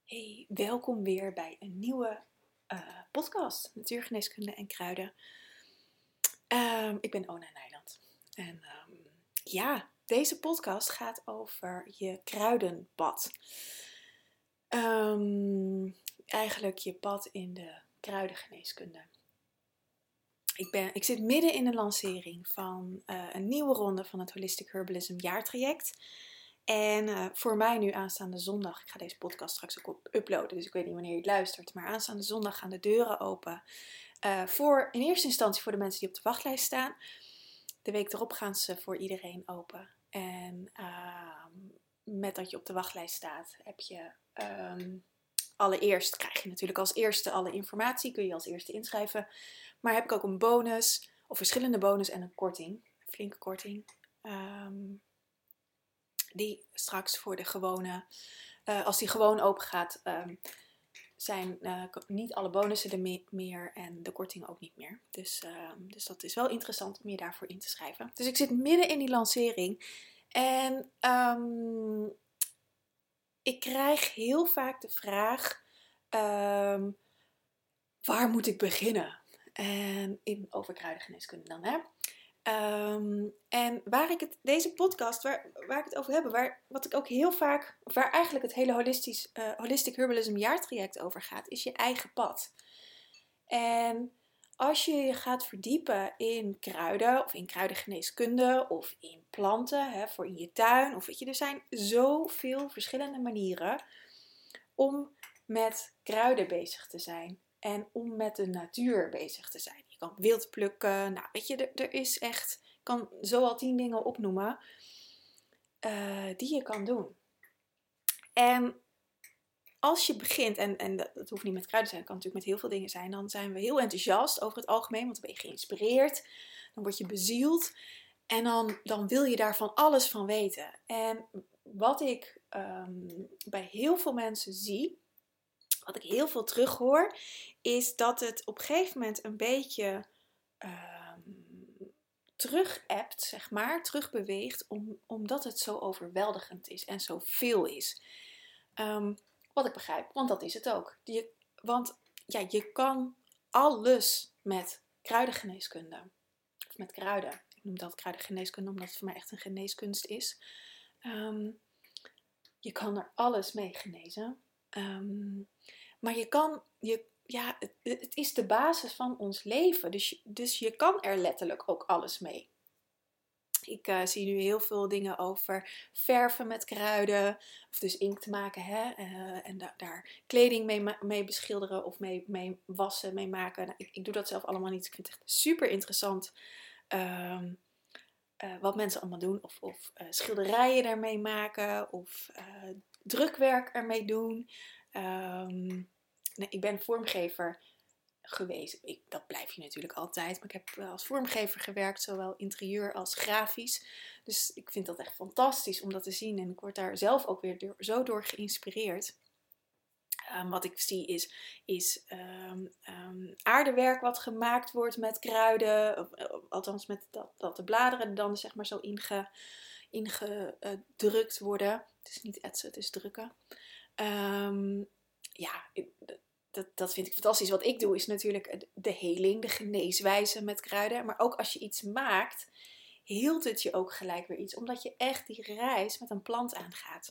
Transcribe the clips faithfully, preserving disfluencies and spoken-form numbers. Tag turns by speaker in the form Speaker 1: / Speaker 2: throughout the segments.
Speaker 1: Hey, welkom weer bij een nieuwe uh, podcast, Natuurgeneeskunde en Kruiden. Um, ik ben Ona Nijland. En um, ja, deze podcast gaat over je kruidenpad. Um, eigenlijk je pad in de kruidengeneeskunde. Ik, ben, ik zit midden in de lancering van uh, een nieuwe ronde van het Holistic Herbalism jaartraject. En uh, voor mij nu aanstaande zondag, ik ga deze podcast straks ook op uploaden, dus ik weet niet wanneer je het luistert, maar aanstaande zondag gaan de deuren open. Uh, voor, in eerste instantie voor de mensen die op de wachtlijst staan. De week erop gaan ze voor iedereen open. En uh, met dat je op de wachtlijst staat, heb je um, allereerst, krijg je natuurlijk als eerste alle informatie, kun je als eerste inschrijven. Maar heb ik ook een bonus, of verschillende bonus en een korting, een flinke korting. Um, Die straks voor de gewone, uh, als die gewoon open gaat, um, zijn uh, niet alle bonussen er me- meer en de korting ook niet meer. Dus, uh, dus dat is wel interessant om je daarvoor in te schrijven. Dus ik zit midden in die lancering en um, ik krijg heel vaak de vraag, um, waar moet ik beginnen? En in, over kruidengeneeskunde dan, hè? Um, en waar ik het, deze podcast, waar, waar ik het over heb, waar, wat ik ook heel vaak, waar eigenlijk het hele holistisch, uh, Holistic Herbalism jaartraject over gaat, is je eigen pad. En als je je gaat verdiepen in kruiden, of in kruidengeneeskunde, of in planten, hè, voor in je tuin, of weet je, er zijn zoveel verschillende manieren om met kruiden bezig te zijn. En om met de natuur bezig te zijn. Je kan wild plukken. Nou, weet je, er, er is echt... Ik kan zo al tien dingen opnoemen. Uh, die je kan doen. En als je begint... En, en dat, dat hoeft niet met kruiden te zijn. Dat kan natuurlijk met heel veel dingen zijn. Dan zijn we heel enthousiast over het algemeen. Want dan ben je geïnspireerd. Dan word je bezield. En dan, dan wil je daar van alles van weten. En wat ik um, bij heel veel mensen zie... Wat ik heel veel terughoor, is dat het op een gegeven moment een beetje uh, terug-appt, zeg maar, terugbeweegt, om, omdat het zo overweldigend is en zo veel is. Um, wat ik begrijp, want dat is het ook. Je, want ja, je kan alles met kruidengeneeskunde. Of met kruiden. Ik noem dat kruidengeneeskunde omdat het voor mij echt een geneeskunst is. Um, je kan er alles mee genezen. Um, maar je kan, je, ja, het, het is de basis van ons leven. Dus je, dus je kan er letterlijk ook alles mee. Ik uh, zie nu heel veel dingen over verven met kruiden. Of dus inkt maken. Hè? Uh, en da- daar kleding mee, ma- mee beschilderen of mee, mee wassen, mee maken. Nou, ik, ik doe dat zelf allemaal niet. Ik vind het echt super interessant. Uh, uh, wat mensen allemaal doen. Of, of uh, schilderijen daarmee maken. Of uh, drukwerk ermee doen. Um, nee, ik ben vormgever geweest. Ik, dat blijf je natuurlijk altijd. Maar ik heb als vormgever gewerkt. Zowel interieur als grafisch. Dus ik vind dat echt fantastisch om dat te zien. En ik word daar zelf ook weer door, zo door geïnspireerd. Um, wat ik zie is, is um, um, aardewerk wat gemaakt wordt met kruiden. Of, of, althans met dat, dat de bladeren dan zeg maar zo inge, ingedrukt worden. Het is niet etsen, het is drukken. Um, ja, dat, dat vind ik fantastisch. Wat ik doe is natuurlijk de heling, de geneeswijze met kruiden. Maar ook als je iets maakt, hield het je ook gelijk weer iets. Omdat je echt die reis met een plant aangaat.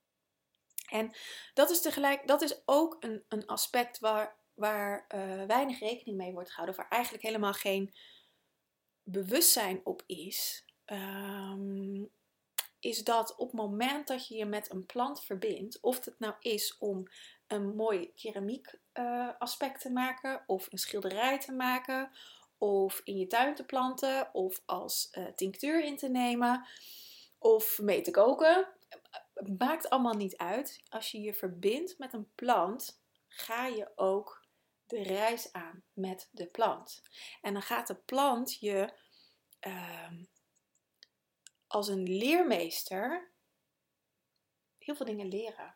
Speaker 1: En dat is tegelijk, dat is ook een, een aspect waar, waar uh, weinig rekening mee wordt gehouden. Waar eigenlijk helemaal geen bewustzijn op is. Um, is dat op het moment dat je je met een plant verbindt, of het nou is om een mooi keramiek uh, aspect te maken, of een schilderij te maken, of in je tuin te planten, of als uh, tinctuur in te nemen, of mee te koken. Het maakt allemaal niet uit. Als je je verbindt met een plant, ga je ook de reis aan met de plant. En dan gaat de plant je uh, als een leermeester heel veel dingen leren.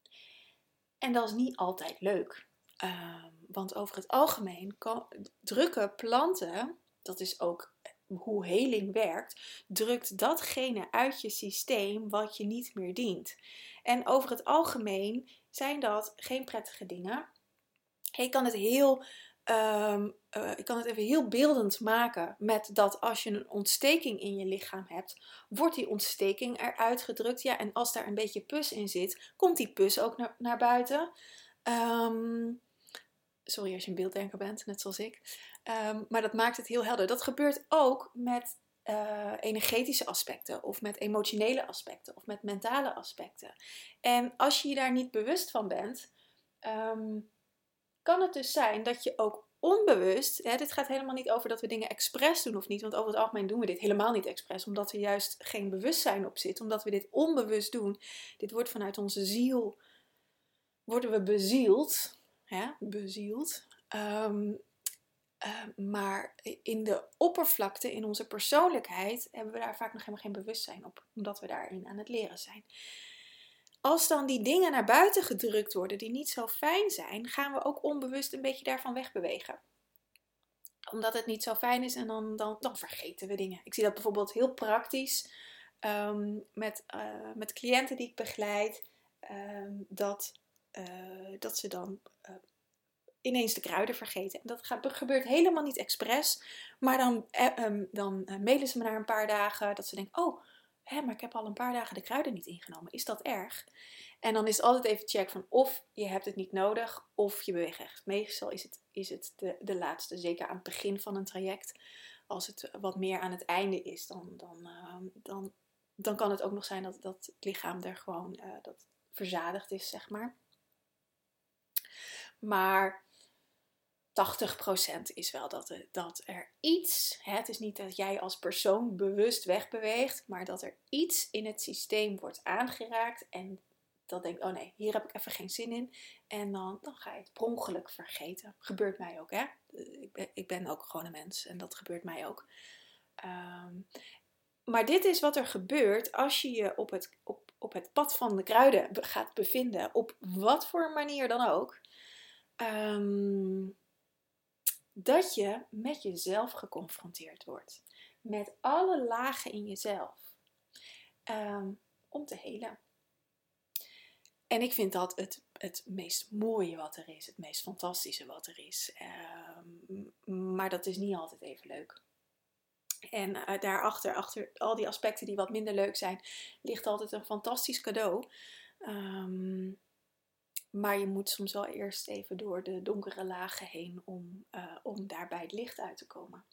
Speaker 1: En dat is niet altijd leuk. Uh, want over het algemeen kan, drukken planten, dat is ook hoe heling werkt, drukt datgene uit je systeem wat je niet meer dient. En over het algemeen zijn dat geen prettige dingen. Je kan het heel, um, uh, je kan het even heel beeldend maken met dat als je een ontsteking in je lichaam hebt, wordt die ontsteking eruit gedrukt. Ja, en als daar een beetje pus in zit, komt die pus ook naar, naar buiten. Um, sorry als je een beelddenker bent, net zoals ik. Um, maar dat maakt het heel helder. Dat gebeurt ook met uh, energetische aspecten of met emotionele aspecten of met mentale aspecten. En als je je daar niet bewust van bent, um, kan het dus zijn dat je ook onbewust, hè, dit gaat helemaal niet over dat we dingen expres doen of niet, want over het algemeen doen we dit helemaal niet expres, omdat er juist geen bewustzijn op zit, omdat we dit onbewust doen. Dit wordt vanuit onze ziel, worden we bezield, hè, bezield. Um, uh, maar in de oppervlakte, in onze persoonlijkheid, hebben we daar vaak nog helemaal geen bewustzijn op, omdat we daarin aan het leren zijn. Als dan die dingen naar buiten gedrukt worden die niet zo fijn zijn, gaan we ook onbewust een beetje daarvan wegbewegen. Omdat het niet zo fijn is en dan, dan, dan vergeten we dingen. Ik zie dat bijvoorbeeld heel praktisch um, met, uh, met cliënten die ik begeleid. Um, dat, uh, dat ze dan uh, ineens de kruiden vergeten. En dat gaat, gebeurt helemaal niet expres. Maar dan, uh, um, dan uh, mailen ze me na een paar dagen dat ze denken, oh, Hé, maar ik heb al een paar dagen de kruiden niet ingenomen. Is dat erg? En dan is het altijd even check van of je hebt het niet nodig of je beweegt echt. Meestal is het, is het de, de laatste, zeker aan het begin van een traject. Als het wat meer aan het einde is, dan, dan, uh, dan, dan kan het ook nog zijn dat, dat het lichaam er gewoon uh, dat verzadigd is, zeg maar. Maar tachtig procent is wel dat er, dat er iets, hè, het is niet dat jij als persoon bewust wegbeweegt, maar dat er iets in het systeem wordt aangeraakt en dat denkt, oh nee, hier heb ik even geen zin in. En dan, dan ga je het per ongeluk vergeten. Gebeurt mij ook, hè. Ik ben, ik ben ook gewoon een mens en dat gebeurt mij ook. Um, maar dit is wat er gebeurt als je je op het, op, op het pad van de kruiden gaat bevinden, op wat voor manier dan ook. Um, Dat je met jezelf geconfronteerd wordt. Met alle lagen in jezelf. Um, om te helen. En ik vind dat het, het meest mooie wat er is. Het meest fantastische wat er is. Um, maar dat is niet altijd even leuk. En uh, daarachter, achter al die aspecten die wat minder leuk zijn, ligt altijd een fantastisch cadeau. Um, Maar je moet soms wel eerst even door de donkere lagen heen om, uh, om daar bij het licht uit te komen.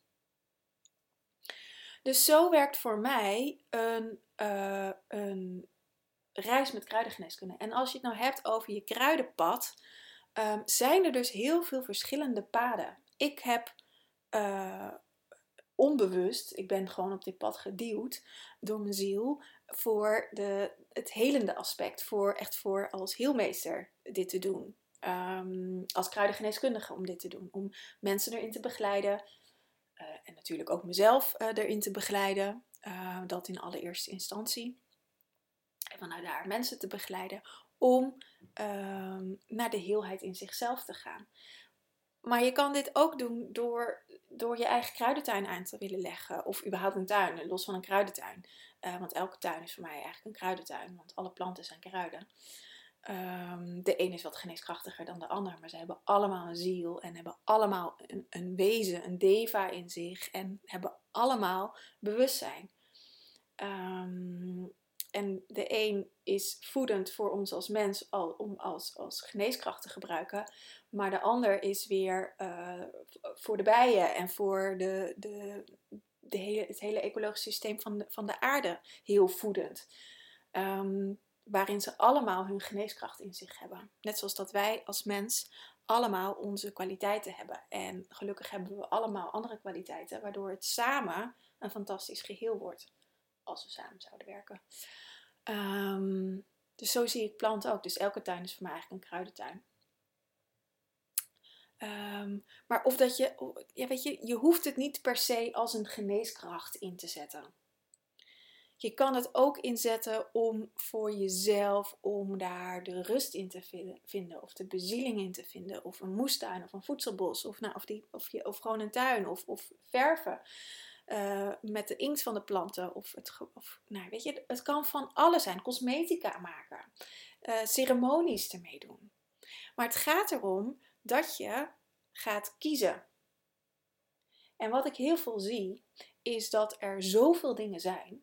Speaker 1: Dus zo werkt voor mij een, uh, een reis met kruidengeneeskunde. En als je het nou hebt over je kruidenpad, um, zijn er dus heel veel verschillende paden. Ik heb uh, onbewust, ik ben gewoon op dit pad geduwd door mijn ziel, voor de, het helende aspect, voor echt voor als heelmeester dit te doen. Um, als kruidengeneeskundige om dit te doen, om mensen erin te begeleiden uh, en natuurlijk ook mezelf uh, erin te begeleiden, uh, dat in allereerste instantie. En vanuit daar mensen te begeleiden om um, naar de heelheid in zichzelf te gaan. Maar je kan dit ook doen door, door je eigen kruidentuin aan te willen leggen. Of überhaupt een tuin, los van een kruidentuin. Uh, want elke tuin is voor mij eigenlijk een kruidentuin. Want alle planten zijn kruiden. Um, de een is wat geneeskrachtiger dan de ander. Maar ze hebben allemaal een ziel. En hebben allemaal een, een wezen, een deva in zich. En hebben allemaal bewustzijn. Um, En de een is voedend voor ons als mens al, om als, als geneeskracht te gebruiken. Maar de ander is weer uh, voor de bijen en voor de, de, de hele, het hele ecologisch systeem van de, van de aarde heel voedend. Um, waarin ze allemaal hun geneeskracht in zich hebben. Net zoals dat wij als mens allemaal onze kwaliteiten hebben. En gelukkig hebben we allemaal andere kwaliteiten. Waardoor het samen een fantastisch geheel wordt. Als we samen zouden werken. Um, dus zo zie ik planten ook. Dus elke tuin is voor mij eigenlijk een kruidentuin. Um, maar of dat je, ja, weet je, je hoeft het niet per se als een geneeskracht in te zetten. Je kan het ook inzetten om voor jezelf, om daar de rust in te vinden. Of de bezieling in te vinden. Of een moestuin of een voedselbos. Of, nou, of, die, of, je, of gewoon een tuin of, of verven. uh, met de inkt van de planten. Of het, of, nou, weet je, het kan van alles zijn. Cosmetica maken. Uh, ceremonies ermee doen. Maar het gaat erom dat je gaat kiezen. En wat ik heel veel zie, is dat er zoveel dingen zijn.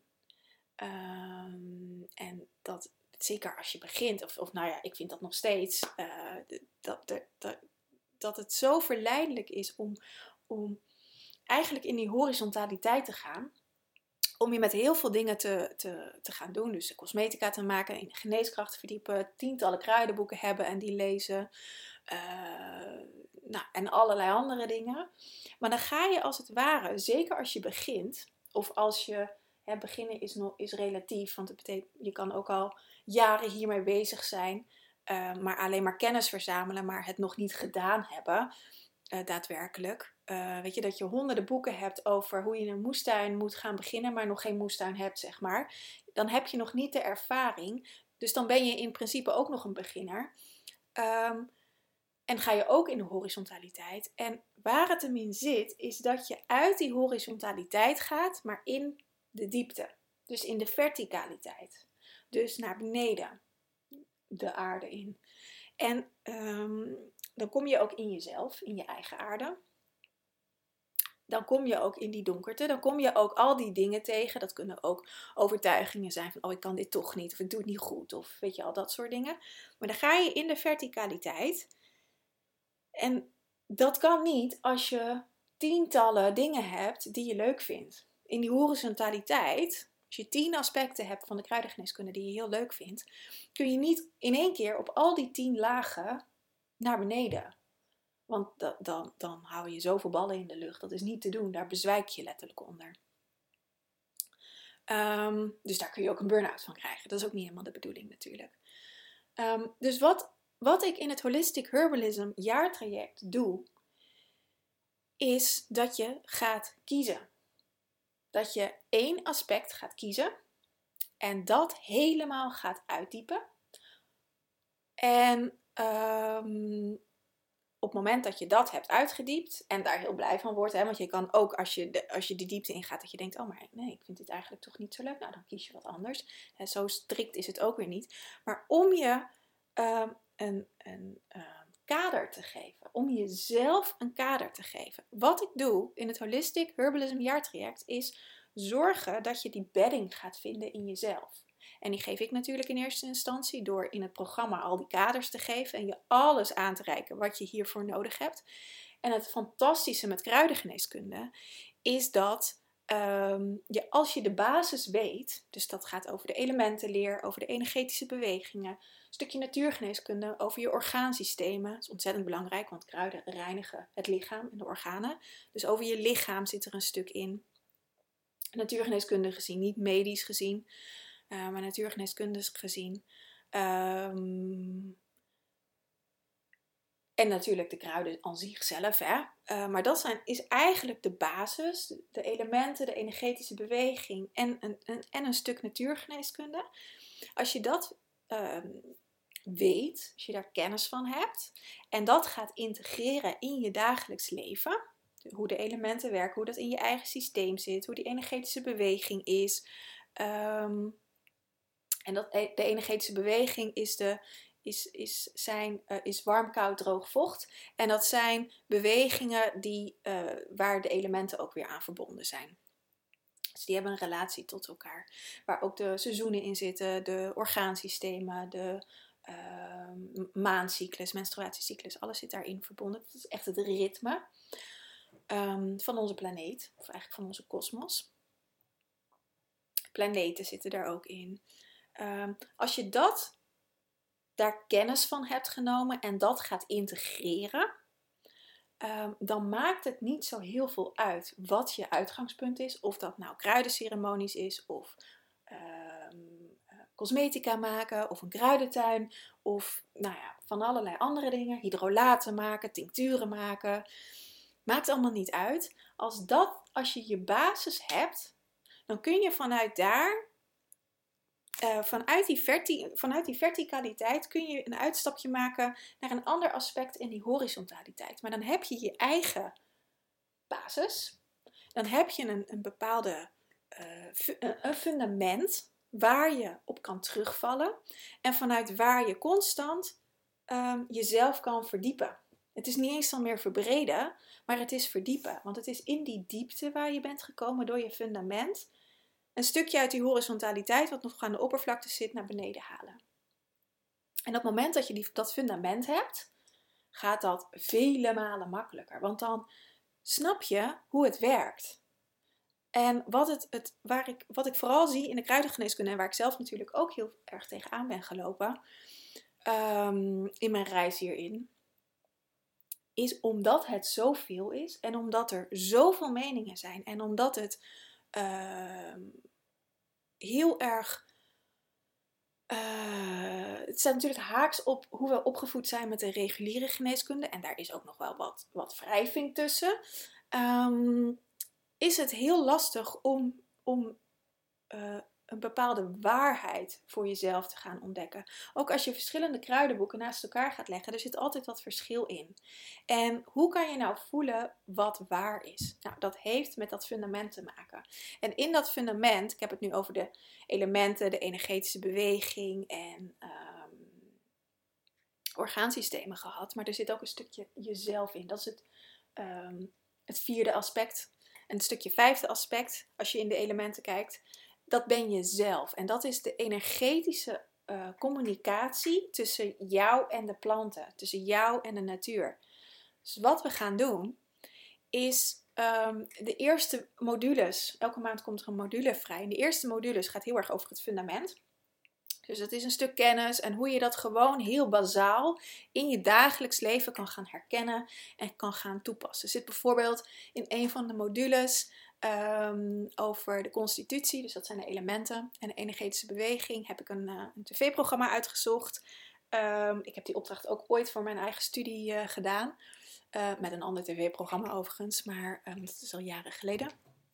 Speaker 1: Um, en dat, zeker als je begint, of, of nou ja, ik vind dat nog steeds, uh, dat, dat, dat, dat het zo verleidelijk is om, om eigenlijk in die horizontaliteit te gaan. Om je met heel veel dingen te, te, te gaan doen. Dus cosmetica te maken, in geneeskracht te verdiepen, tientallen kruidenboeken hebben en die lezen. Uh, nou, en allerlei andere dingen. Maar dan ga je als het ware, zeker als je begint, of als je, hè, beginnen is, nog, is relatief, want het betekent, je kan ook al jaren hiermee bezig zijn, uh, maar alleen maar kennis verzamelen, maar het nog niet gedaan hebben, uh, daadwerkelijk. Uh, weet je, dat je honderden boeken hebt over hoe je een moestuin moet gaan beginnen, maar nog geen moestuin hebt, zeg maar. Dan heb je nog niet de ervaring, dus dan ben je in principe ook nog een beginner. Um, En ga je ook in de horizontaliteit. En waar het hem in zit, is dat je uit die horizontaliteit gaat, maar in de diepte. Dus in de verticaliteit. Dus naar beneden, de aarde in. En um, dan kom je ook in jezelf, in je eigen aarde. Dan kom je ook in die donkerte. Dan kom je ook al die dingen tegen. Dat kunnen ook overtuigingen zijn van, oh, ik kan dit toch niet. Of ik doe het niet goed. Of weet je, al dat soort dingen. Maar dan ga je in de verticaliteit. En dat kan niet als je tientallen dingen hebt die je leuk vindt. In die horizontaliteit, als je tien aspecten hebt van de kruidengeneeskunde die je heel leuk vindt, kun je niet in één keer op al die tien lagen naar beneden. Want da- dan, dan hou je zoveel ballen in de lucht. Dat is niet te doen. Daar bezwijk je letterlijk onder. Um, dus daar kun je ook een burn-out van krijgen. Dat is ook niet helemaal de bedoeling natuurlijk. Um, dus wat... Wat ik in het Holistic Herbalism jaartraject doe, is dat je gaat kiezen. Dat je één aspect gaat kiezen en dat helemaal gaat uitdiepen. En um, op het moment dat je dat hebt uitgediept en daar heel blij van wordt, hè, want je kan ook als je, de, als je de diepte ingaat, dat je denkt, oh maar nee, ik vind dit eigenlijk toch niet zo leuk. Nou, dan kies je wat anders. En zo strikt is het ook weer niet. Maar om je... Um, een, een uh, kader te geven. Om jezelf een kader te geven. Wat ik doe in het Holistic Herbalism jaartraject is zorgen dat je die bedding gaat vinden in jezelf. En die geef ik natuurlijk in eerste instantie door in het programma al die kaders te geven en je alles aan te reiken wat je hiervoor nodig hebt. En het fantastische met kruidengeneeskunde is dat Um, je, als je de basis weet, dus dat gaat over de elementenleer, over de energetische bewegingen, een stukje natuurgeneeskunde, over je orgaansystemen. Dat is ontzettend belangrijk, want kruiden reinigen het lichaam en de organen. Dus over je lichaam zit er een stuk in. Natuurgeneeskunde gezien, niet medisch gezien, uh, maar natuurgeneeskundig gezien. Um, En natuurlijk de kruiden aan zichzelf. Hè? Uh, maar dat zijn, is eigenlijk de basis. De elementen, de energetische beweging en een, een, en een stuk natuurgeneeskunde. Als je dat uh, weet, als je daar kennis van hebt. En dat gaat integreren in je dagelijks leven. Hoe de elementen werken, hoe dat in je eigen systeem zit. Hoe die energetische beweging is. Um, en dat, de energetische beweging is de... Is, is, zijn, uh, is warm, koud, droog, vocht. En dat zijn bewegingen die, uh, waar de elementen ook weer aan verbonden zijn. Dus die hebben een relatie tot elkaar. Waar ook de seizoenen in zitten, de orgaansystemen, de uh, maancyclus, menstruatiecyclus. Alles zit daarin verbonden. Het is echt het ritme um, van onze planeet. Of eigenlijk van onze kosmos. Planeten zitten daar ook in. Um, als je dat... daar kennis van hebt genomen en dat gaat integreren, um, dan maakt het niet zo heel veel uit wat je uitgangspunt is. Of dat nou kruidenceremonies is, of um, cosmetica maken, of een kruidentuin, of nou ja, van allerlei andere dingen. Hydrolaten maken, tincturen maken. Maakt allemaal niet uit. Als, dat, als je je basis hebt, dan kun je vanuit daar... Uh, vanuit, die verti- vanuit die verticaliteit kun je een uitstapje maken naar een ander aspect in die horizontaliteit. Maar dan heb je je eigen basis. dan heb je een, een bepaalde uh, fu- een fundament waar je op kan terugvallen en vanuit waar je constant um, jezelf kan verdiepen. Het is niet eens dan meer verbreden, maar het is verdiepen. Want het is in die diepte waar je bent gekomen door je fundament een stukje uit die horizontaliteit wat nog aan de oppervlakte zit naar beneden halen. En op het moment dat je die, dat fundament hebt, gaat dat vele malen makkelijker. Want dan snap je hoe het werkt. En wat, het, het, waar ik, wat ik vooral zie in de kruidengeneeskunde en waar ik zelf natuurlijk ook heel erg tegenaan ben gelopen um, in mijn reis hierin, is omdat het zoveel is en omdat er zoveel meningen zijn en omdat het uh, heel erg... Uh, het staat natuurlijk haaks op hoe we opgevoed zijn met de reguliere geneeskunde. En daar is ook nog wel wat, wat wrijving tussen. Um, is het heel lastig om, om uh, een bepaalde waarheid voor jezelf te gaan ontdekken. Ook als je verschillende kruidenboeken naast elkaar gaat leggen, er zit altijd wat verschil in. En hoe kan je nou voelen wat waar is? Nou, dat heeft met dat fundament te maken. En in dat fundament, ik heb het nu over de elementen, de energetische beweging en um, orgaansystemen gehad, maar er zit ook een stukje jezelf in. Dat is het, um, het vierde aspect. En het stukje vijfde aspect, als je in de elementen kijkt, dat ben je zelf. En dat is de energetische uh, communicatie tussen jou en de planten. Tussen jou en de natuur. Dus wat we gaan doen, is um, de eerste modules. Elke maand komt er een module vrij. En de eerste modules gaat heel erg over het fundament. Dus dat is een stuk kennis en hoe je dat gewoon heel bazaal in je dagelijks leven kan gaan herkennen en kan gaan toepassen. Er zit bijvoorbeeld in een van de modules um, over de constitutie, dus dat zijn de elementen en de energetische beweging, heb ik een, uh, een tv-programma uitgezocht. Um, ik heb die opdracht ook ooit voor mijn eigen studie uh, gedaan, uh, met een ander tv-programma overigens, maar um, dat is al jaren geleden.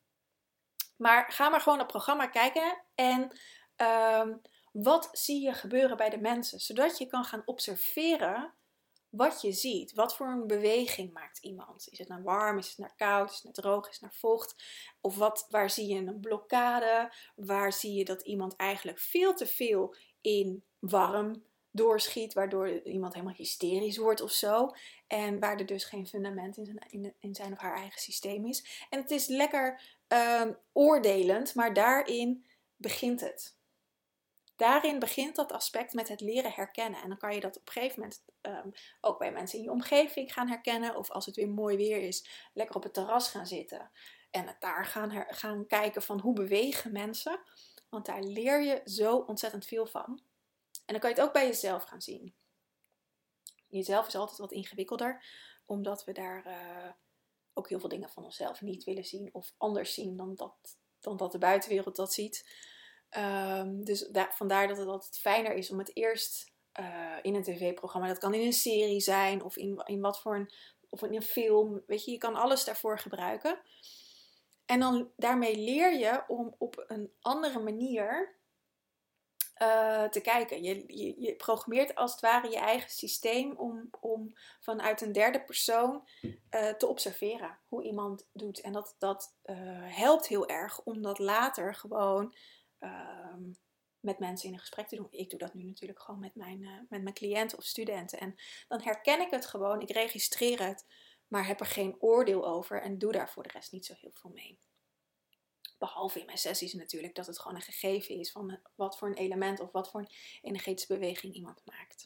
Speaker 1: Maar ga maar gewoon het programma kijken en... Um, Wat zie je gebeuren bij de mensen? Zodat je kan gaan observeren wat je ziet. Wat voor een beweging maakt iemand? Is het nou warm? Is het nou koud? Is het nou droog? Is het nou vocht? Of wat, waar zie je een blokkade? Waar zie je dat iemand eigenlijk veel te veel in warm doorschiet, waardoor iemand helemaal hysterisch wordt of zo. En waar er dus geen fundament in zijn, in, in zijn of haar eigen systeem is. En het is lekker uh, oordelend, maar daarin begint het. Daarin begint dat aspect met het leren herkennen. En dan kan je dat op een gegeven moment um, ook bij mensen in je omgeving gaan herkennen. Of als het weer mooi weer is, lekker op het terras gaan zitten. En het daar gaan, her- gaan kijken van hoe bewegen mensen. Want daar leer je zo ontzettend veel van. En dan kan je het ook bij jezelf gaan zien. Jezelf is altijd wat ingewikkelder. Omdat we daar uh, ook heel veel dingen van onszelf niet willen zien. Of anders zien dan dat, dan dat de buitenwereld dat ziet. Um, dus da- vandaar dat het altijd fijner is om het eerst uh, in een tv-programma, dat kan in een serie zijn of in, in wat voor een, of in een film, weet je, je kan alles daarvoor gebruiken. En dan daarmee leer je om op een andere manier uh, te kijken. Je, je, je programmeert als het ware je eigen systeem om, om vanuit een derde persoon uh, te observeren hoe iemand doet. En dat, dat uh, helpt heel erg om dat later gewoon Um, met mensen in een gesprek te doen. Ik doe dat nu natuurlijk gewoon met mijn, uh, met mijn cliënten of studenten. En dan herken ik het gewoon, ik registreer het, maar heb er geen oordeel over en doe daar voor de rest niet zo heel veel mee. Behalve in mijn sessies natuurlijk, dat het gewoon een gegeven is van wat voor een element of wat voor een energetische beweging iemand maakt.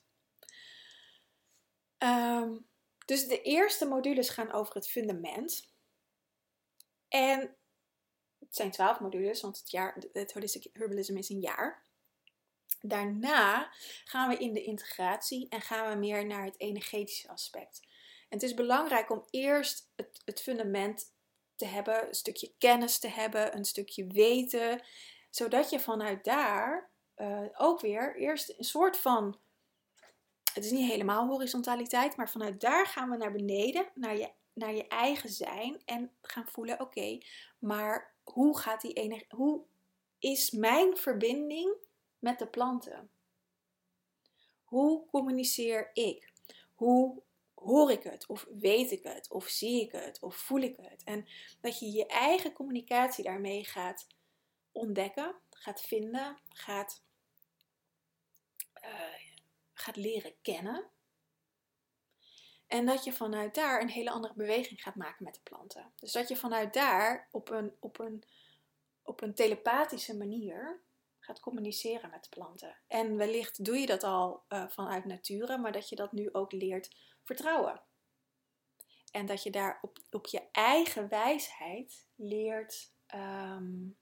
Speaker 1: Um, dus de eerste modules gaan over het fundament. En het zijn twaalf modules, want het, jaar, het Holistic Herbalism is een jaar. Daarna gaan we in de integratie en gaan we meer naar het energetische aspect. En het is belangrijk om eerst het, het fundament te hebben, een stukje kennis te hebben, een stukje weten. Zodat je vanuit daar uh, ook weer eerst een soort van, het is niet helemaal horizontaliteit, maar vanuit daar gaan we naar beneden, naar je, naar je eigen zijn en gaan voelen, oké, okay, maar hoe gaat die energie, hoe is mijn verbinding met de planten? Hoe communiceer ik? Hoe hoor ik het? Of weet ik het? Of zie ik het? Of voel ik het? En dat je je eigen communicatie daarmee gaat ontdekken, gaat vinden, gaat, uh, gaat leren kennen. En dat je vanuit daar een hele andere beweging gaat maken met de planten. Dus dat je vanuit daar op een, op een, op een telepathische manier gaat communiceren met de planten. En wellicht doe je dat al uh, vanuit nature, maar dat je dat nu ook leert vertrouwen. En dat je daar op, op je eigen wijsheid leert, um,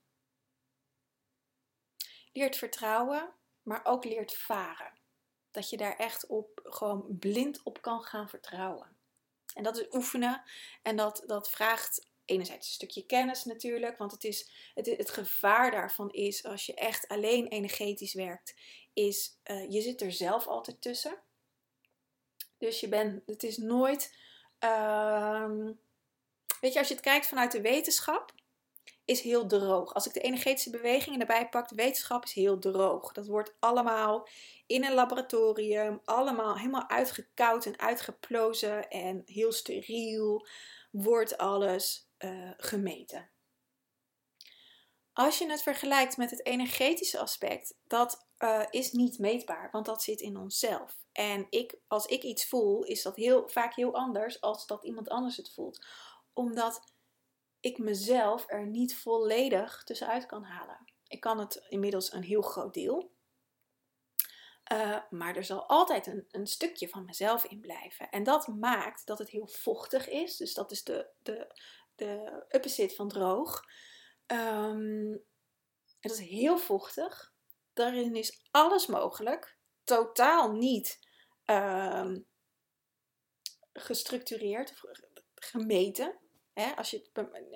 Speaker 1: leert vertrouwen, maar ook leert varen. Dat je daar echt op, gewoon blind op kan gaan vertrouwen. En dat is oefenen. En dat, dat vraagt enerzijds een stukje kennis natuurlijk. Want het, is, het, het gevaar daarvan is, als je echt alleen energetisch werkt, is uh, je zit er zelf altijd tussen. Dus je bent, het is nooit... Uh, weet je, als je het kijkt vanuit de wetenschap, is heel droog. Als ik de energetische bewegingen erbij pak, de wetenschap is heel droog. Dat wordt allemaal in een laboratorium, allemaal helemaal uitgekoud en uitgeplozen en heel steriel wordt alles uh, gemeten. Als je het vergelijkt met het energetische aspect, dat uh, is niet meetbaar, want dat zit in onszelf. En ik, als ik iets voel, is dat heel, vaak heel anders als dat iemand anders het voelt. Omdat ik mezelf er niet volledig tussenuit kan halen. Ik kan het inmiddels een heel groot deel. Uh, maar er zal altijd een, een stukje van mezelf in blijven. En dat maakt dat het heel vochtig is. Dus dat is de, de, de opposite van droog. Um, het is heel vochtig. Daarin is alles mogelijk. Totaal niet um, gestructureerd of gemeten. Hè? Als je,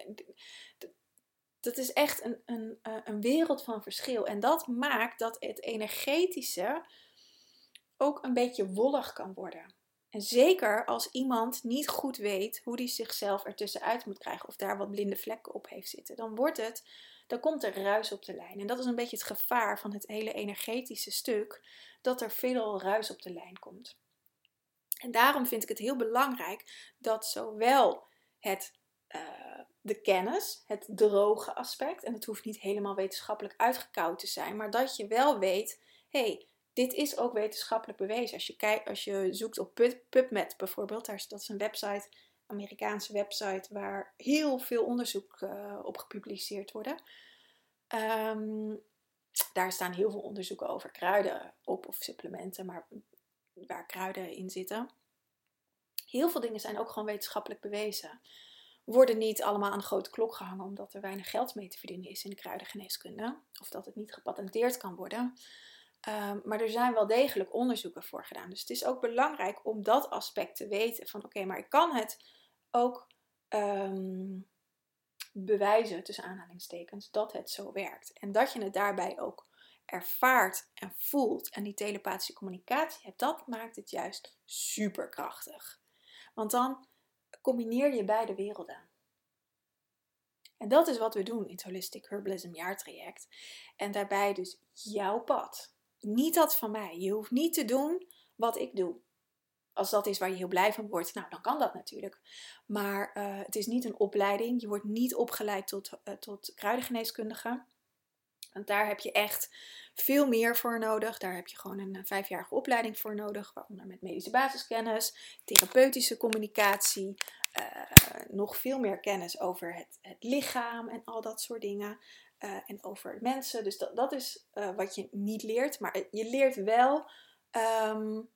Speaker 1: dat is echt een, een, een wereld van verschil. En dat maakt dat het energetische ook een beetje wollig kan worden. En zeker als iemand niet goed weet hoe die zichzelf ertussenuit moet krijgen. Of daar wat blinde vlekken op heeft zitten. Dan wordt het, dan komt er ruis op de lijn. En dat is een beetje het gevaar van het hele energetische stuk. Dat er veel ruis op de lijn komt. En daarom vind ik het heel belangrijk dat zowel het, uh, de kennis, het droge aspect, en het hoeft niet helemaal wetenschappelijk uitgekoud te zijn, maar dat je wel weet, hé, hey, dit is ook wetenschappelijk bewezen. Als je, kijkt, als je zoekt op PubMed bijvoorbeeld, daar is, dat is een website, Amerikaanse website, waar heel veel onderzoek uh, op gepubliceerd worden. Um, daar staan heel veel onderzoeken over kruiden op of supplementen, maar waar kruiden in zitten. Heel veel dingen zijn ook gewoon wetenschappelijk bewezen. Worden niet allemaal aan de grote klok gehangen omdat er weinig geld mee te verdienen is in de kruidengeneeskunde. Of dat het niet gepatenteerd kan worden. Um, maar er zijn wel degelijk onderzoeken voor gedaan. Dus het is ook belangrijk om dat aspect te weten. Van oké, okay, maar ik kan het ook um, bewijzen, tussen aanhalingstekens, dat het zo werkt. En dat je het daarbij ook ervaart en voelt en die telepathische communicatie hebt, dat maakt het juist superkrachtig. Want dan combineer je beide werelden. En dat is wat we doen in het Holistic Herbalism jaartraject. En daarbij dus jouw pad. Niet dat van mij. Je hoeft niet te doen wat ik doe. Als dat is waar je heel blij van wordt, nou dan kan dat natuurlijk. Maar uh, het is niet een opleiding. Je wordt niet opgeleid tot, uh, tot kruidengeneeskundige. Want daar heb je echt veel meer voor nodig. Daar heb je gewoon een vijfjarige opleiding voor nodig. Waaronder met medische basiskennis, therapeutische communicatie. Uh, nog veel meer kennis over het, het lichaam en al dat soort dingen. Uh, en over mensen. Dus dat, dat is uh, wat je niet leert. Maar je leert wel um,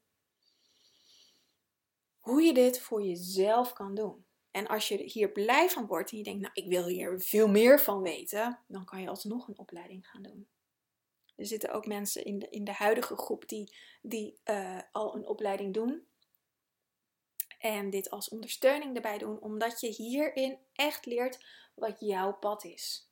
Speaker 1: hoe je dit voor jezelf kan doen. En als je hier blij van wordt en je denkt, nou ik wil hier veel meer van weten, dan kan je alsnog een opleiding gaan doen. Er zitten ook mensen in de, in de huidige groep die, die uh, al een opleiding doen. En dit als ondersteuning erbij doen, omdat je hierin echt leert wat jouw pad is.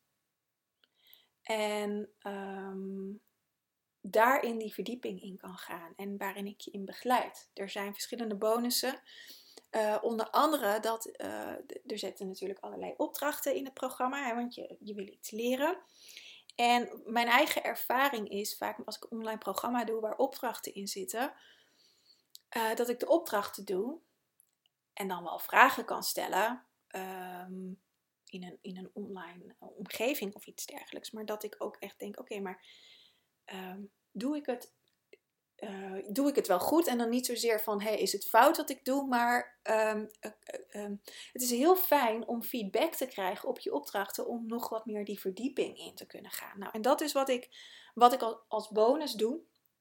Speaker 1: En um, daarin die verdieping in kan gaan en waarin ik je in begeleid. Er zijn verschillende bonussen. Uh, onder andere dat uh, er zitten natuurlijk allerlei opdrachten in het programma, hè, want je, je wil iets leren. En mijn eigen ervaring is vaak als ik een online programma doe waar opdrachten in zitten, uh, dat ik de opdrachten doe en dan wel vragen kan stellen um, in, een, in een online omgeving of iets dergelijks. Maar dat ik ook echt denk, oké, okay, maar um, doe ik het... Uh, doe ik het wel goed? En dan niet zozeer van, hey, is het fout wat ik doe? Maar um, uh, uh, um, het is heel fijn om feedback te krijgen op je opdrachten, om nog wat meer die verdieping in te kunnen gaan. Nou, en dat is wat ik, wat ik als bonus doe,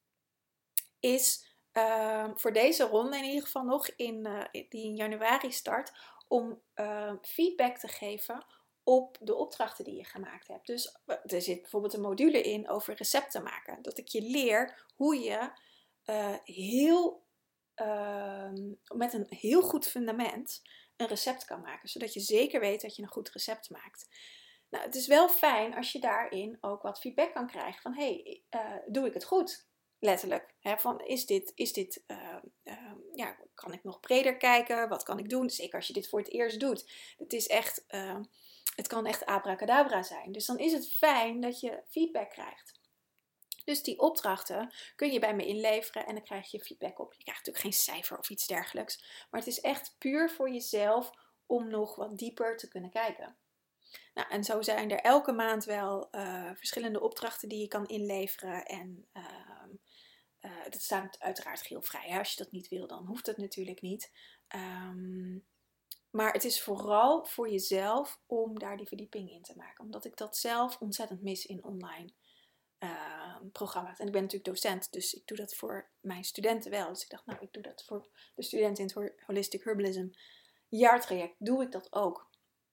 Speaker 1: is uh, voor deze ronde in ieder geval nog, in, uh, die in januari start, om uh, feedback te geven op de opdrachten die je gemaakt hebt. Dus er zit bijvoorbeeld een module in over recepten maken. Dat ik je leer hoe je Uh, heel, uh, met een heel goed fundament een recept kan maken. Zodat je zeker weet dat je een goed recept maakt. Nou, het is wel fijn als je daarin ook wat feedback kan krijgen. Van, hey, uh, doe ik het goed? Letterlijk. Hè, van, is dit, is dit uh, uh, ja, kan ik nog breder kijken? Wat kan ik doen? Zeker als je dit voor het eerst doet. Het is echt, uh, het kan echt abracadabra zijn. Dus dan is het fijn dat je feedback krijgt. Dus die opdrachten kun je bij me inleveren en dan krijg je feedback op. Je krijgt natuurlijk geen cijfer of iets dergelijks. Maar het is echt puur voor jezelf om nog wat dieper te kunnen kijken. Nou, en zo zijn er elke maand wel uh, verschillende opdrachten die je kan inleveren. En uh, uh, dat staat uiteraard geheel vrij. Hè? Als je dat niet wil, dan hoeft het natuurlijk niet. Um, maar het is vooral voor jezelf om daar die verdieping in te maken. Omdat ik dat zelf ontzettend mis in online Uh, programma's. En ik ben natuurlijk docent, dus ik doe dat voor mijn studenten wel. Dus ik dacht, nou, ik doe dat voor de studenten in het Holistic Herbalism jaartraject. Doe ik dat ook.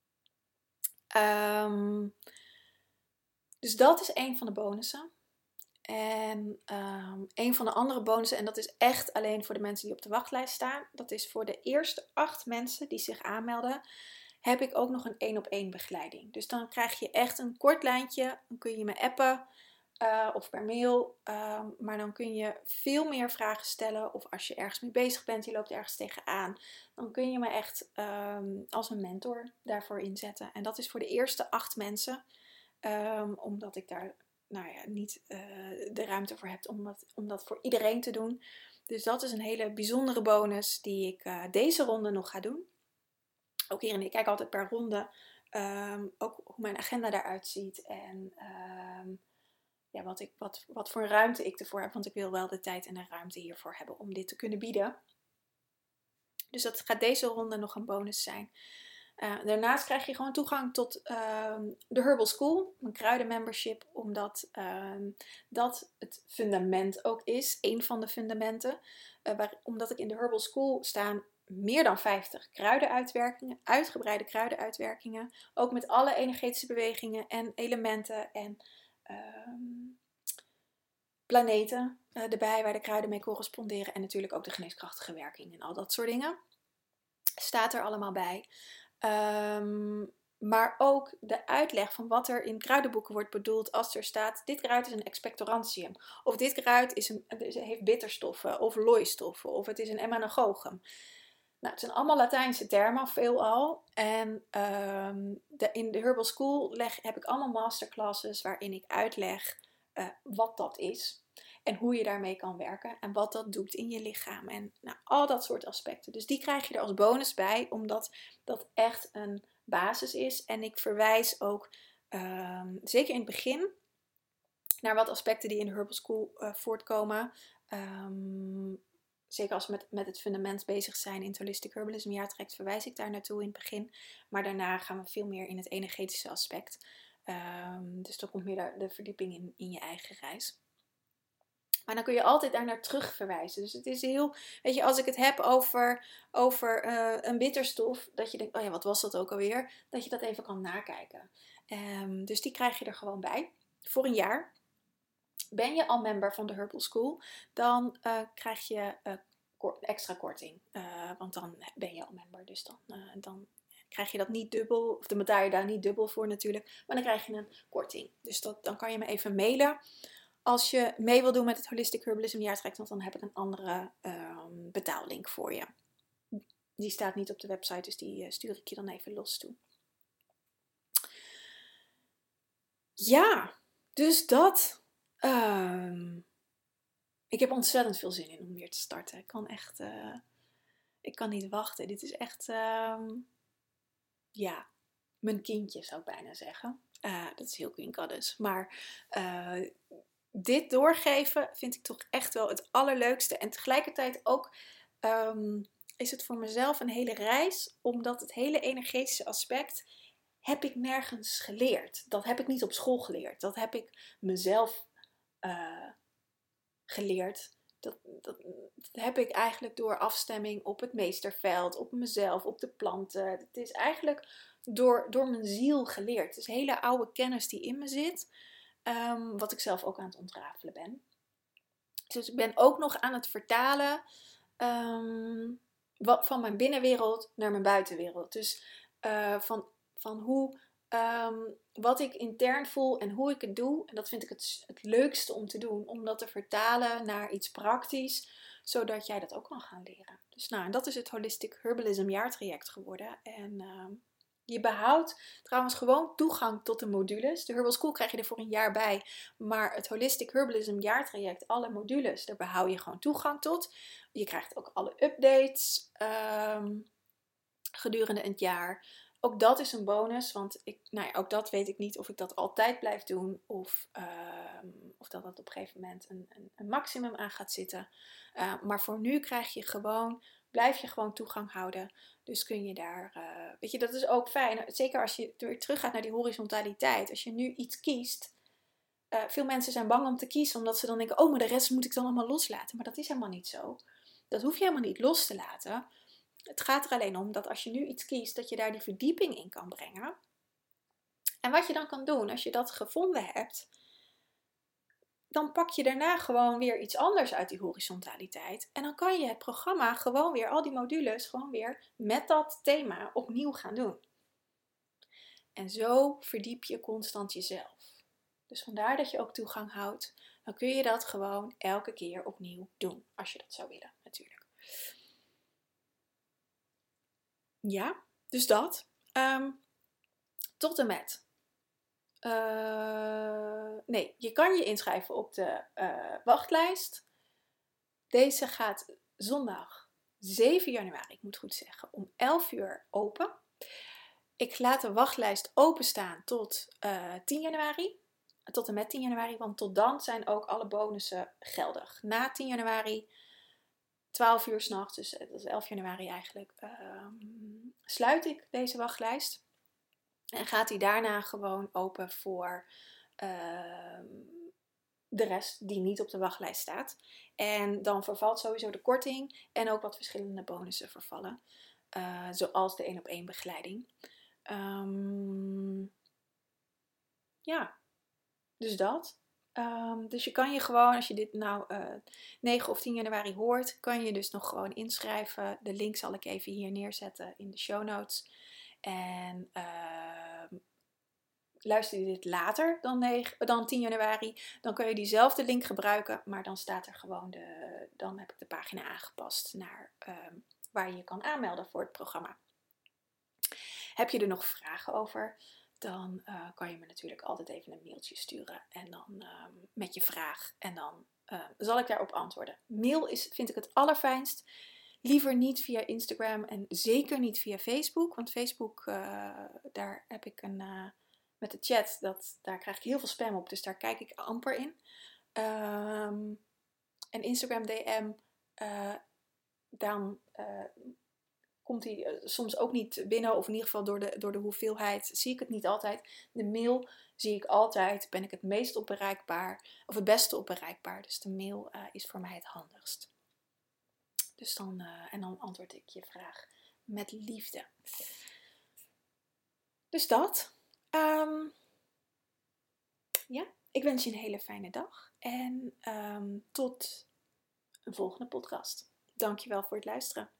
Speaker 1: Um, dus dat is een van de bonussen. En um, een van de andere bonussen, en dat is echt alleen voor de mensen die op de wachtlijst staan. Dat is voor de eerste acht mensen die zich aanmelden, heb ik ook nog een één op één begeleiding. Dus dan krijg je echt een kort lijntje. Dan kun je me appen. Uh, of per mail, uh, maar dan kun je veel meer vragen stellen. Of als je ergens mee bezig bent, je loopt ergens tegenaan, dan kun je me echt um, als een mentor daarvoor inzetten. En dat is voor de eerste acht mensen, um, omdat ik daar nou ja, niet uh, de ruimte voor heb om dat, om dat voor iedereen te doen. Dus dat is een hele bijzondere bonus die ik uh, deze ronde nog ga doen. Ook hierin, ik kijk altijd per ronde, um, ook hoe mijn agenda daaruit ziet en Um, Ja, wat, ik, wat, wat voor ruimte ik ervoor heb. Want ik wil wel de tijd en de ruimte hiervoor hebben om dit te kunnen bieden. Dus dat gaat deze ronde nog een bonus zijn. Uh, daarnaast krijg je gewoon toegang tot uh, de Herbal School. Een kruidenmembership. Omdat uh, dat het fundament ook is. Een van de fundamenten. Uh, waar, omdat ik in de Herbal School staan meer dan vijftig kruidenuitwerkingen. Uitgebreide kruidenuitwerkingen. Ook met alle energetische bewegingen en elementen en Um, planeten uh, erbij waar de kruiden mee corresponderen. En natuurlijk ook de geneeskrachtige werking en al dat soort dingen. Staat er allemaal bij. Um, maar ook de uitleg van wat er in kruidenboeken wordt bedoeld als er staat: dit kruid is een expectorantium. Of dit kruid is een, heeft bitterstoffen of looistoffen. Of het is een emanagochum. Nou, het zijn allemaal Latijnse termen, veelal. En um, de, in de Herbal School leg, heb ik allemaal masterclasses waarin ik uitleg uh, wat dat is. En hoe je daarmee kan werken. En wat dat doet in je lichaam. En nou, al dat soort aspecten. Dus die krijg je er als bonus bij. Omdat dat echt een basis is. En ik verwijs ook, um, zeker in het begin, naar wat aspecten die in de Herbal School uh, voortkomen. Um, Zeker als we met, met het fundament bezig zijn in het Holistic Herbalism jaartraject, verwijs ik daar naartoe in het begin. Maar daarna gaan we veel meer in het energetische aspect. Um, dus er komt meer de, de verdieping in, in je eigen reis. Maar dan kun je altijd daar naar terug verwijzen. Dus het is heel, weet je, als ik het heb over, over uh, een bitterstof, dat je denkt, oh ja, wat was dat ook alweer? Dat je dat even kan nakijken. Um, dus die krijg je er gewoon bij. Voor een jaar. Ben je al member van de Herbal School, dan uh, krijg je uh, kort, extra korting. Uh, want dan ben je al member. Dus dan, uh, dan krijg je dat niet dubbel. Of dan betaal je daar niet dubbel voor natuurlijk. Maar dan krijg je een korting. Dus dat, dan kan je me even mailen. Als je mee wil doen met het Holistic Herbalism jaartraject. Want dan heb ik een andere uh, betaallink voor je. Die staat niet op de website. Dus die uh, stuur ik je dan even los toe. Ja, dus dat... Um, ik heb ontzettend veel zin in om weer te starten. Ik kan echt, uh, Ik kan niet wachten. Dit is echt, um, ja, mijn kindje zou ik bijna zeggen. Uh, dat is heel Queen Goddess. Maar uh, dit doorgeven vind ik toch echt wel het allerleukste. En tegelijkertijd ook um, is het voor mezelf een hele reis. Omdat het hele energetische aspect heb ik nergens geleerd. Dat heb ik niet op school geleerd. Dat heb ik mezelf uh, geleerd. Dat, dat, dat heb ik eigenlijk door afstemming op het meesterveld, op mezelf, op de planten. Het is eigenlijk door, door mijn ziel geleerd. Het is hele oude kennis die in me zit. Um, wat ik zelf ook aan het ontrafelen ben. Dus ik ben ook nog aan het vertalen um, wat, van mijn binnenwereld naar mijn buitenwereld. Dus uh, van, van hoe, um, wat ik intern voel en hoe ik het doe. En dat vind ik het, het leukste om te doen. Om dat te vertalen naar iets praktisch. Zodat jij dat ook kan gaan leren. Dus nou, en dat is het Holistic Herbalism jaartraject geworden. En um, je behoudt trouwens gewoon toegang tot de modules. De Herbal School krijg je er voor een jaar bij. Maar het Holistic Herbalism jaartraject, alle modules, daar behoud je gewoon toegang tot. Je krijgt ook alle updates um, gedurende het jaar. Ook dat is een bonus, want ik, nou ja, ook dat weet ik niet of ik dat altijd blijf doen. Of, um, of dat dat op een gegeven moment een, een, een maximum aan gaat zitten. Uh, maar voor nu krijg je gewoon, blijf je gewoon toegang houden. Dus kun je daar, uh, weet je, dat is ook fijn. Zeker als je weer terug gaat naar die horizontaliteit. Als je nu iets kiest. Uh, veel mensen zijn bang om te kiezen, omdat ze dan denken, oh, maar de rest moet ik dan allemaal loslaten. Maar dat is helemaal niet zo. Dat hoef je helemaal niet los te laten. Het gaat er alleen om dat als je nu iets kiest, dat je daar die verdieping in kan brengen. En wat je dan kan doen, als je dat gevonden hebt, dan pak je daarna gewoon weer iets anders uit die horizontaliteit. En dan kan je het programma gewoon weer, al die modules, gewoon weer met dat thema opnieuw gaan doen. En zo verdiep je constant jezelf. Dus vandaar dat je ook toegang houdt. Dan kun je dat gewoon elke keer opnieuw doen. Als je dat zou willen, natuurlijk. Ja, dus dat. Um, tot en met. Uh, nee, je kan je inschrijven op de uh, wachtlijst. Deze gaat zondag zeven januari, ik moet goed zeggen, om elf uur open. Ik laat de wachtlijst openstaan tot uh, tien januari. Tot en met tien januari, want tot dan zijn ook alle bonussen geldig. Na tien januari, twaalf uur 's nachts, dus dat is elf januari eigenlijk, uh, sluit ik deze wachtlijst. En gaat die daarna gewoon open voor uh, de rest die niet op de wachtlijst staat. En dan vervalt sowieso de korting en ook wat verschillende bonussen vervallen. Uh, zoals de één op één begeleiding. Um, ja, dus dat. Um, dus je kan je gewoon, als je dit nou uh, negen of tien januari hoort, kan je dus nog gewoon inschrijven. De link zal ik even hier neerzetten in de show notes. En uh, luister je dit later dan, negen, dan tien januari, dan kun je diezelfde link gebruiken. Maar dan staat er gewoon de, dan heb ik de pagina aangepast naar um, waar je je kan aanmelden voor het programma. Heb je er nog vragen over? Dan uh, kan je me natuurlijk altijd even een mailtje sturen. En dan uh, met je vraag. En dan uh, zal ik daarop antwoorden. Mail is, vind ik het allerfijnst. Liever niet via Instagram en zeker niet via Facebook. Want Facebook, uh, daar heb ik een... Uh, met de chat, dat, daar krijg ik heel veel spam op. Dus daar kijk ik amper in. Um, en Instagram D M, uh, dan... Uh, komt die soms ook niet binnen, of in ieder geval door de, door de hoeveelheid zie ik het niet altijd. De mail zie ik altijd, ben ik het meest op bereikbaar, of het beste op bereikbaar. Dus de mail uh, is voor mij het handigst. Dus dan, uh, en dan antwoord ik je vraag met liefde. Dus dat. Um, ja, ik wens je een hele fijne dag. En um, tot een volgende podcast. Dankjewel voor het luisteren.